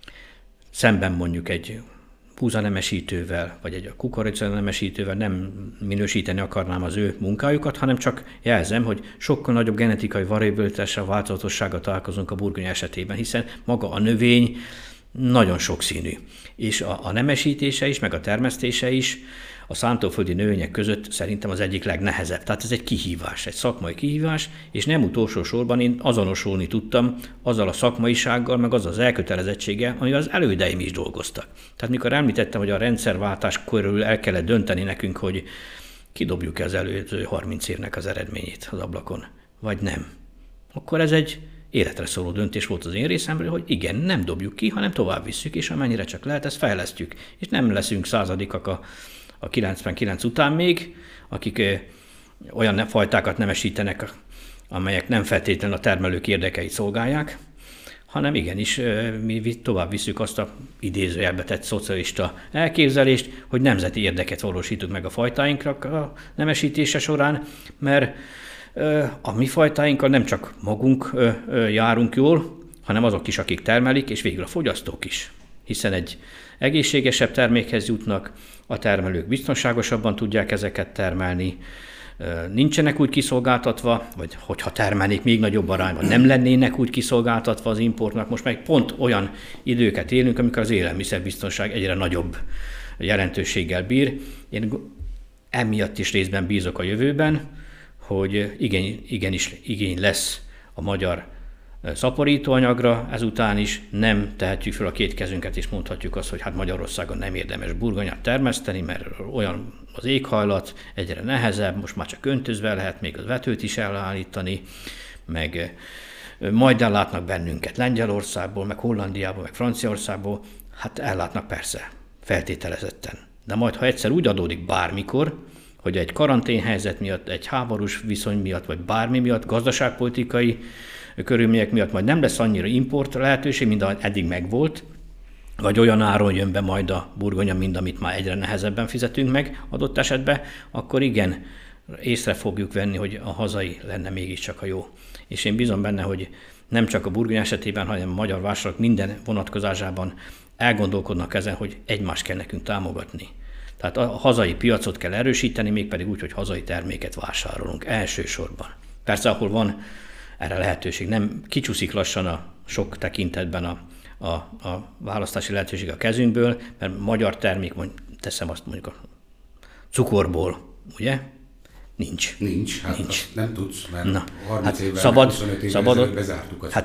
Szemben mondjuk egy búzanemesítővel, vagy egy kukoricanemesítővel nem minősíteni akarnám az ő munkájukat, hanem csak jelzem, hogy sokkal nagyobb genetikai variabilitásra, változatossággal találkozunk a burgonya esetében, hiszen maga a növény nagyon sokszínű. És a nemesítése is, meg a termesztése is a szántóföldi növények között szerintem az egyik legnehezebb. Tehát ez egy kihívás, egy szakmai kihívás, és nem utolsó sorban én azonosulni tudtam azzal a szakmaisággal, meg azzal az elkötelezettséggel, amivel az elődeim is dolgoztak. Tehát mikor említettem, hogy a rendszerváltás körül el kellett dönteni nekünk, hogy kidobjuk-e az előző 30 évnek az eredményét az ablakon, vagy nem. Akkor ez egy életre szóló döntés volt az én részemről, hogy igen, nem dobjuk ki, hanem tovább visszük, és amennyire csak lehet, ezt fejlesztjük. És nem leszünk századikak a 99 után még, akik olyan fajtákat nemesítenek, amelyek nem feltétlenül a termelők érdekeit szolgálják, hanem igenis mi tovább visszük azt a idézőjelbe tett szocialista elképzelést, hogy nemzeti érdeket valósítunk meg a fajtáinkra a nemesítése során, mert a mi fajtáinkkal nem csak magunk járunk jól, hanem azok is, akik termelik, és végül a fogyasztók is. Hiszen egy egészségesebb termékhez jutnak, a termelők biztonságosabban tudják ezeket termelni, nincsenek úgy kiszolgáltatva, vagy hogyha termelnék még nagyobb arányban, nem lennének úgy kiszolgáltatva az importnak. Most meg pont olyan időket élünk, amikor az élelmiszerbiztonság egyre nagyobb jelentőséggel bír. Én emiatt is részben bízok a jövőben, hogy igenis igény lesz a magyar szaporítóanyagra, ezután is nem tehetjük fel a két kezünket, és mondhatjuk azt, hogy hát Magyarországon nem érdemes burgonyát termeszteni, mert olyan az éghajlat, egyre nehezebb, most már csak öntözve lehet még a vetőt is elállítani, meg majd ellátnak bennünket Lengyelországból, meg Hollandiából, meg Franciaországból, hát ellátnak persze, feltételezetten. De majd, ha egyszer úgy adódik bármikor, hogy egy karanténhelyzet miatt, egy háborús viszony miatt, vagy bármi miatt, gazdaságpolitikai körülmények miatt majd nem lesz annyira import lehetőség, mint eddig megvolt, vagy olyan áron jön be majd a burgonya, mint amit már egyre nehezebben fizetünk meg adott esetben, akkor igen, észre fogjuk venni, hogy a hazai lenne mégiscsak a jó. És én bízom benne, hogy nem csak a burgonya esetében, hanem a magyar vásárlók minden vonatkozásában elgondolkodnak ezen, hogy egymást kell nekünk támogatni. Tehát a hazai piacot kell erősíteni, mégpedig úgy, hogy hazai terméket vásárolunk elsősorban. Persze, ahol van erre lehetőség, nem kicsúszik lassan a sok tekintetben a választási lehetőség a kezünkből, mert magyar termék, teszem azt mondjuk a cukorból, ugye? Nincs. Hát nincs. Nem tudsz, mert 30 évvel, szabad, 25 évvel ezelőtt bezártuk azt. Hát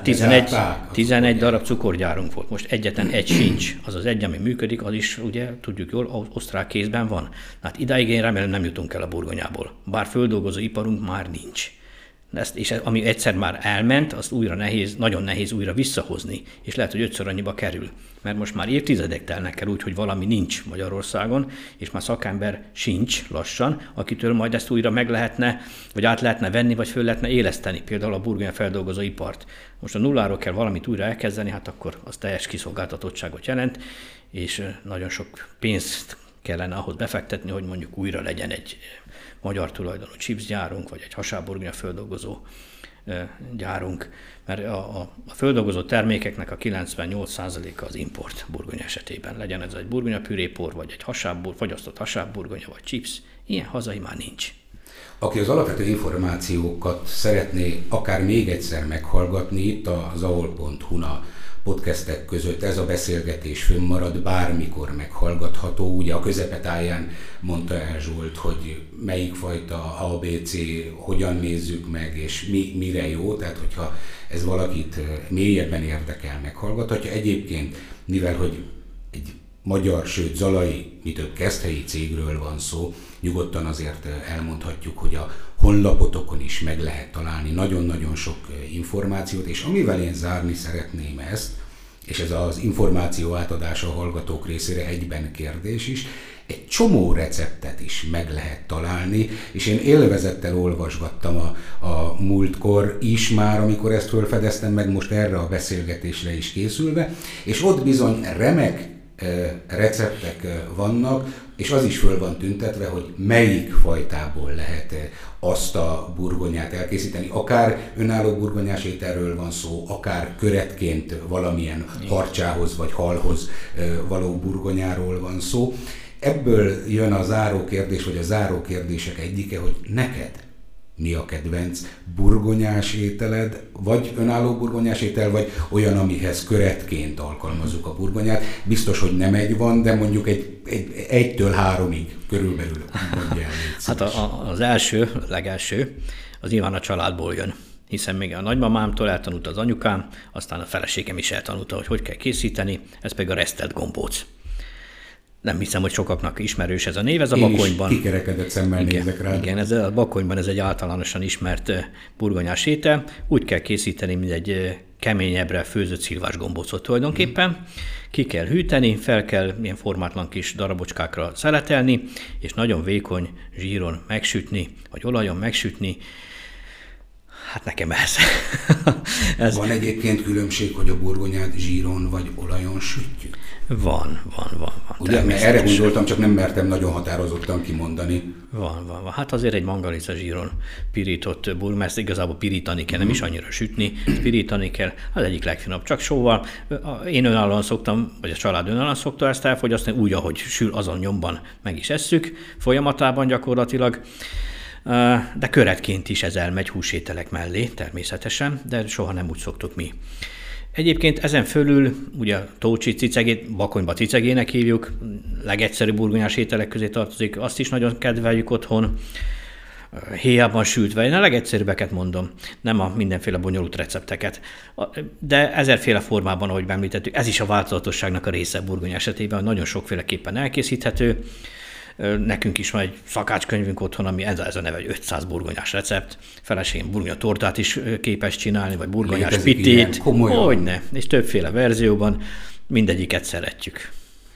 11 darab cukorgyárunk volt, most egyetlen egy sincs. Az az egy, ami működik, az is ugye tudjuk jól, osztrák kézben van. Hát idáig én remélem nem jutunk el a burgonyából, bár földolgozó iparunk már nincs. És ami egyszer már elment, azt újra nagyon nehéz újra visszahozni, és lehet, hogy 5-ször annyiba kerül. Mert most már évtizedek telnek el úgy, hogy valami nincs Magyarországon, és már szakember sincs lassan, akitől majd ezt újra meg lehetne, vagy át lehetne venni, vagy föl lehetne éleszteni, például a burgonya feldolgozó ipart. Most a nulláról kell valamit újra elkezdeni, hát akkor az teljes kiszolgáltatottságot jelent, és nagyon sok pénzt kellene ahhoz befektetni, hogy mondjuk újra legyen egy magyar tulajdonú chipsgyárunk, vagy egy hasábburgonya földolgozó gyárunk, mert a földolgozó termékeknek a 98%-a az import burgonya esetében. Legyen ez egy burgonyapürépor, vagy egy fagyasztott hasábburgonya, vagy chips, ilyen hazai már nincs. Aki az alapvető információkat szeretné akár még egyszer meghallgatni, itt az ahol.hu-n a podcastek között ez a beszélgetés fönnmarad, bármikor meghallgatható. Ugye a közepetáján mondta el Zsolt, hogy melyik fajta ABC, hogyan nézzük meg, és mire jó, tehát hogyha ez valakit mélyebben érdekel, meghallgathatja. Egyébként, mivel hogy egy magyar, sőt zalai, mi több keszthelyi cégről van szó, nyugodtan azért elmondhatjuk, hogy a honlapotokon is meg lehet találni nagyon-nagyon sok információt, és amivel én zárni szeretném ezt, és ez az információ átadása a hallgatók részére egyben kérdés is, egy csomó receptet is meg lehet találni, és én élvezettel olvasgattam a múltkor is már, amikor ezt felfedeztem meg, most erre a beszélgetésre is készülve, és ott bizony remek receptek vannak, és az is föl van tüntetve, hogy melyik fajtából lehet azt a burgonyát elkészíteni. Akár önálló burgonyás ételről van szó, akár köretként valamilyen harcsához vagy halhoz való burgonyáról van szó. Ebből jön a záró kérdés, vagy a záró kérdések egyike, hogy neked mi a kedvenc burgonyás ételed, vagy önálló burgonyás étel, vagy olyan, amihez köretként alkalmazzuk a burgonyát. Biztos, hogy nem egy van, de mondjuk egytől 3-ig körülbelül mondjál. Hát az legelső, az nyilván a családból jön. Hiszen még a nagymamámtól eltanulta az anyukám, aztán a feleségem is eltanulta, hogy kell készíteni, ez pedig a resztelt gombóc. Nem hiszem, hogy sokaknak ismerős ez a név, ez a Bakonyban. Kikerekedett szemmel nézek rá. Igen, ez a Bakonyban ez egy általánosan ismert burgonyás étel. Úgy kell készíteni, mint egy keményebbre főzött szilvás gombócot tulajdonképpen. Ki kell hűteni, fel kell ilyen formátlan kis darabocskákra szeletelni, és nagyon vékony zsíron megsütni, vagy olajon megsütni. Hát nekem ez. Van egyébként különbség, hogy a burgonyát zsíron vagy olajon sütjük? Van. Ugye, mert erre gondoltam, csak nem mertem nagyon határozottan kimondani. Van. Hát azért egy mangalica zsíron pirított burgonya, ezt igazából pirítani kell, nem is annyira sütni, pirítani kell, az egyik legfinomabb, csak sóval. Én önállóan szoktam, vagy a család önállóan szokta ezt elfogyasztani, úgy, ahogy sül, azon nyomban meg is esszük, folyamatában gyakorlatilag. De köretként is ez elmegy húsételek mellé, természetesen, de soha nem úgy szoktuk mi. Egyébként ezen fölül, ugye tócsi cicegét, Bakonyba cicegének hívjuk, legegyszerűbb burgonyás ételek közé tartozik, azt is nagyon kedveljük otthon, héjában sültve, én a legegyszerűbbeket mondom, nem a mindenféle bonyolult recepteket, de ezerféle formában, ahogy említettük, ez is a változatosságnak a része burgonya esetében, nagyon sokféleképpen elkészíthető. Nekünk is van egy szakácskönyvünk otthon, ami ez a neve, hogy 500 burgonyás recept. Feleségem burgonya tortát is képes csinálni, vagy burgonyás pitét. Hogyne, és többféle verzióban, mindegyiket szeretjük.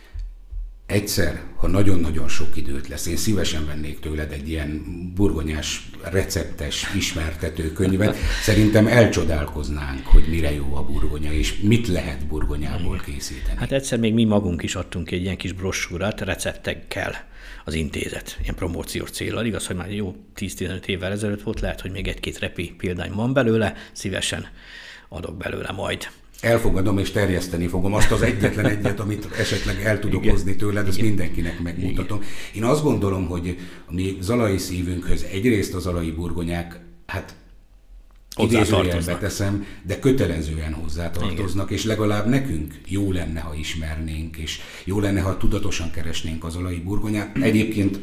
Egyszer, ha nagyon-nagyon sok időt lesz, én szívesen vennék tőled egy ilyen burgonyás receptes ismertető könyvet. Szerintem elcsodálkoznánk, hogy mire jó a burgonya, és mit lehet burgonyából készíteni. Hát egyszer még mi magunk is adtunk egy ilyen kis brossúrát receptekkel az intézet, ilyen promóciós céllal. Igaz, hogy már jó 10-15 évvel ezelőtt volt, lehet, hogy még egy-két repi példány van belőle, szívesen adok belőle majd. Elfogadom és terjeszteni fogom azt az egyetlen egyet, amit esetleg el tudok hozni tőled, ezt mindenkinek megmutatom. Igen. Én azt gondolom, hogy a mi zalai szívünkhöz egyrészt a zalai burgonyák, hát idézőjelbe teszem, de kötelezően hozzátartoznak, és legalább nekünk jó lenne, ha ismernénk, és jó lenne, ha tudatosan keresnénk a zalai burgonyát. Egyébként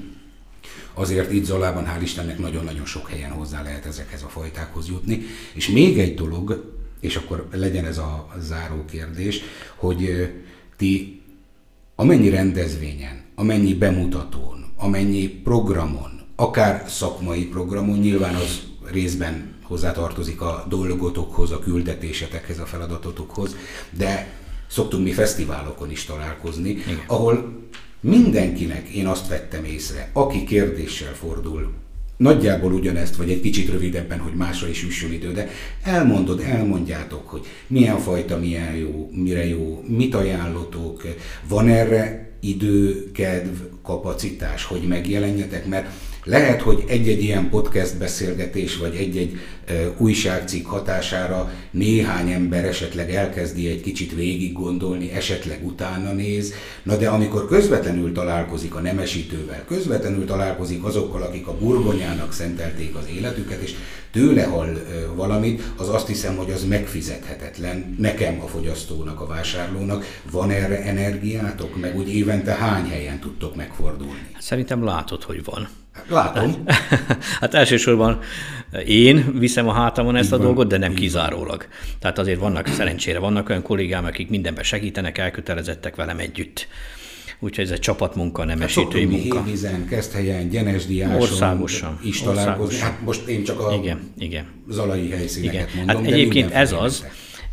azért itt Zalában, hál' Istennek, nagyon-nagyon sok helyen hozzá lehet ezekhez a fajtákhoz jutni. És még egy dolog, és akkor legyen ez a záró kérdés, hogy ti amennyi rendezvényen, amennyi bemutatón, amennyi programon, akár szakmai programon, nyilván az részben hozzátartozik a dolgotokhoz, a küldetésetekhez, a feladatotokhoz, de szoktunk mi fesztiválokon is találkozni, igen, ahol mindenkinek én azt vettem észre, aki kérdéssel fordul, nagyjából ugyanezt, vagy egy kicsit rövidebben, hogy másra is üssön idő, de elmondjátok, hogy milyen fajta, milyen jó, mire jó, mit ajánlotok, van erre idő, kedv, kapacitás, hogy megjelenjetek, mert lehet, hogy egy-egy ilyen podcast beszélgetés, vagy egy-egy újságcikk hatására néhány ember esetleg elkezdi egy kicsit végig gondolni, esetleg utána néz, na de amikor közvetlenül találkozik a nemesítővel, közvetlenül találkozik azokkal, akik a burgonyának szentelték az életüket, és tőle hall valamit, az azt hiszem, hogy az megfizethetetlen nekem, a fogyasztónak, a vásárlónak. Van erre energiátok, meg úgy évente hány helyen tudtok megfordulni? Szerintem látod, hogy van. Látom. Hát elsősorban én viszem a hátamon ezt a dolgot, de nem kizárólag. Tehát azért szerencsére vannak olyan kollégám, akik mindenben segítenek, elkötelezettek velem együtt. Úgyhogy ez egy csapatmunka, nemesítői munka. Hévízen, Keszthelyen, Gyenesdiáson is találkozni. Hát most én csak a zalai helyszíneket mondom. Hát egyébként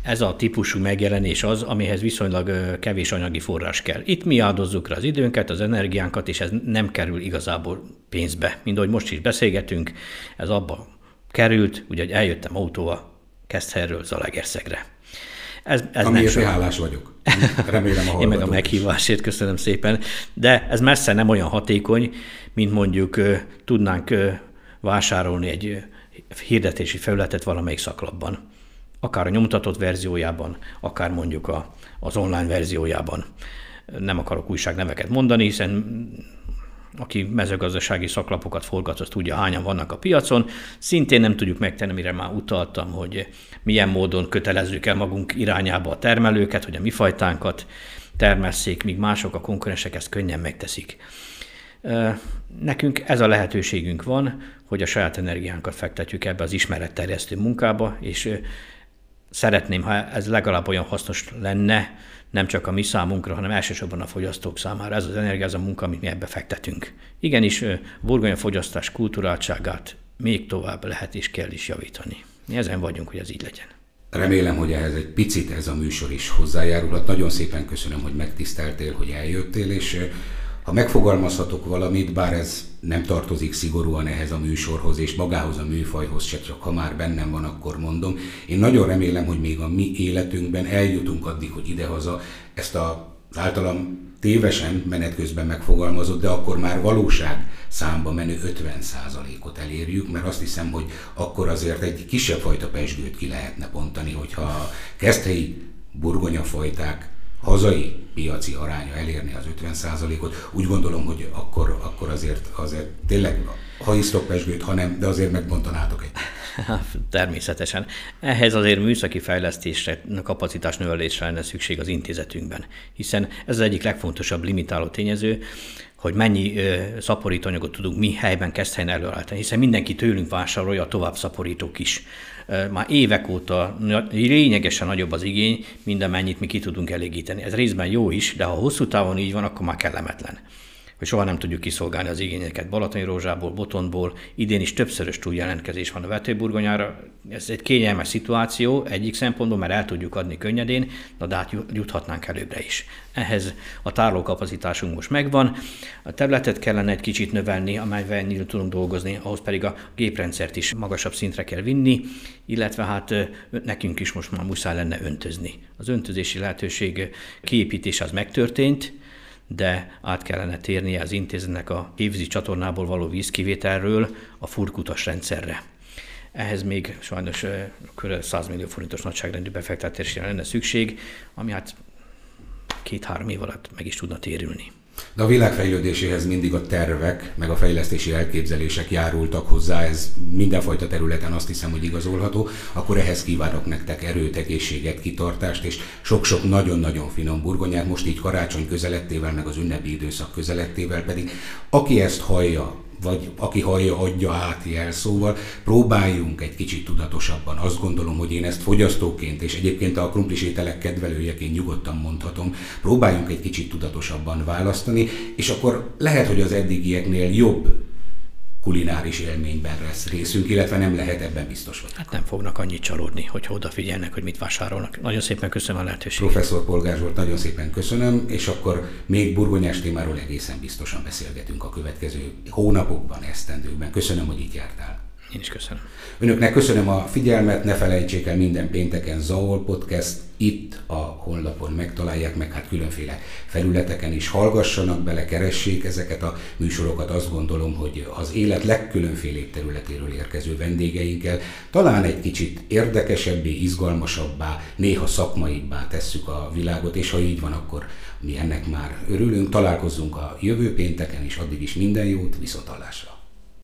Ez a típusú megjelenés az, amihez viszonylag kevés anyagi forrás kell. Itt mi áldozzuk rá az időnket, az energiánkat, és ez nem kerül igazából pénzbe. Mint ahogy most is beszélgetünk, ez abba került, ugye eljöttem autóval Keszthelyről Zalaegerszegre. Amiért hálás vagyok. Remélem a Én meg a meghívásért köszönöm szépen, de ez messze nem olyan hatékony, mint mondjuk tudnánk vásárolni egy hirdetési felületet valamelyik szaklapban. Akár a nyomtatott verziójában, akár mondjuk az online verziójában. Nem akarok újságneveket mondani, hiszen aki mezőgazdasági szaklapokat forgat, az tudja, hányan vannak a piacon. Szintén nem tudjuk megtenni, mire már utaltam, hogy milyen módon kötelezzük el magunk irányába a termelőket, hogy a mi fajtánkat termesszék, míg mások, a konkurensek ezt könnyen megteszik. Nekünk ez a lehetőségünk van, hogy a saját energiánkat fektetjük ebbe az ismeretterjesztő munkába, és szeretném, ha ez legalább olyan hasznos lenne, nem csak a mi számunkra, hanem elsősorban a fogyasztók számára. Ez az energia, ez a munka, amit mi ebbe fektetünk. Igenis, burgonya fogyasztás kulturáltságát még tovább lehet és kell is javítani. Mi ezen vagyunk, hogy ez így legyen. Remélem, hogy ehhez egy picit ez a műsor is hozzájárulhat. Nagyon szépen köszönöm, hogy megtiszteltél, hogy eljöttél, és ha megfogalmazhatok valamit, bár ez nem tartozik szigorúan ehhez a műsorhoz és magához a műfajhoz se, csak ha már bennem van, akkor mondom. Én nagyon remélem, hogy még a mi életünkben eljutunk addig, hogy idehaza ezt az általam tévesen menet közben megfogalmazott, de akkor már valóság számba menő 50%-ot elérjük, mert azt hiszem, hogy akkor azért egy kisebb fajta pezsgőt ki lehetne bontani, hogyha a keszthelyi burgonyafajták hazai piaci aránya elérni az 50%-ot. Úgy gondolom, hogy akkor azért tényleg, ha isztok pezsgőt, ha nem, de azért megbontanátok egy. Természetesen. Ehhez azért műszaki fejlesztésre, kapacitás növelésre lenne szükség az intézetünkben, hiszen ez az egyik legfontosabb limitáló tényező, hogy mennyi szaporítóanyagot tudunk mi helyben Keszthelyen előállítani, hiszen mindenki tőlünk vásárolja, a tovább szaporítók is. Már évek óta lényegesen nagyobb az igény, mint amennyit mi ki tudunk elégíteni. Ez részben jó is, de ha hosszú távon így van, akkor már kellemetlen. Hogy soha nem tudjuk kiszolgálni az igényeket Balatoni rózsából, Botondból. Idén is többszörös túljelentkezés van a vetőburgonyára. Ez egy kényelmes szituáció egyik szempontból, mert el tudjuk adni könnyedén, de hát juthatnánk előbbre is. Ehhez a tárolókapacitásunk most megvan, a területet kellene egy kicsit növelni, amelyvel ennyire tudunk dolgozni, ahhoz pedig a géprendszert is magasabb szintre kell vinni, illetve hát nekünk is most már muszáj lenne öntözni. Az öntözési lehetőség kiépítése az megtörtént, de át kellene térnie az intézetnek a évvízi csatornából való vízkivételről a furkutas rendszerre. Ehhez még sajnos kb. 100 millió forintos nagyságrendű befektetésre lenne szükség, ami hát 2-3 év alatt meg is tudna térülni. De a világ fejlődéséhez mindig a tervek, meg a fejlesztési elképzelések járultak hozzá, ez mindenfajta területen azt hiszem, hogy igazolható, akkor ehhez kívánok nektek erőt, egészséget, kitartást, és sok-sok nagyon-nagyon finom burgonyát, most így karácsony közelettével, meg az ünnepi időszak közelettével pedig, aki ezt hallja, vagy aki hallja, adja át jelszóval, próbáljunk egy kicsit tudatosabban. Azt gondolom, hogy én ezt fogyasztóként, és egyébként a krumplis ételek kedvelőjeként nyugodtan mondhatom, próbáljunk egy kicsit tudatosabban választani, és akkor lehet, hogy az eddigieknél jobb kulináris élményben lesz részünk, illetve nem lehet, ebben biztos vagyok. Hát nem fognak annyit csalódni, hogy odafigyelnek, hogy mit vásárolnak. Nagyon szépen köszönöm a lehetőséget. Professzor Polgár Zsolt, nagyon szépen köszönöm, és akkor még burgonyás témáról egészen biztosan beszélgetünk a következő hónapokban, esztendőkben. Köszönöm, hogy itt jártál. Én is köszönöm. Önöknek köszönöm a figyelmet, ne felejtsék el, minden pénteken Zaol Podcast, itt a honlapon megtalálják, meg hát különféle felületeken is hallgassanak bele, keressék ezeket a műsorokat. Azt gondolom, hogy az élet legkülönfélébb területéről érkező vendégeinkkel talán egy kicsit érdekesebbé, izgalmasabbá, néha szakmaibbá tesszük a világot, és ha így van, akkor mi ennek már örülünk. Találkozzunk a jövő pénteken is, addig is minden jót, viszonthallásra!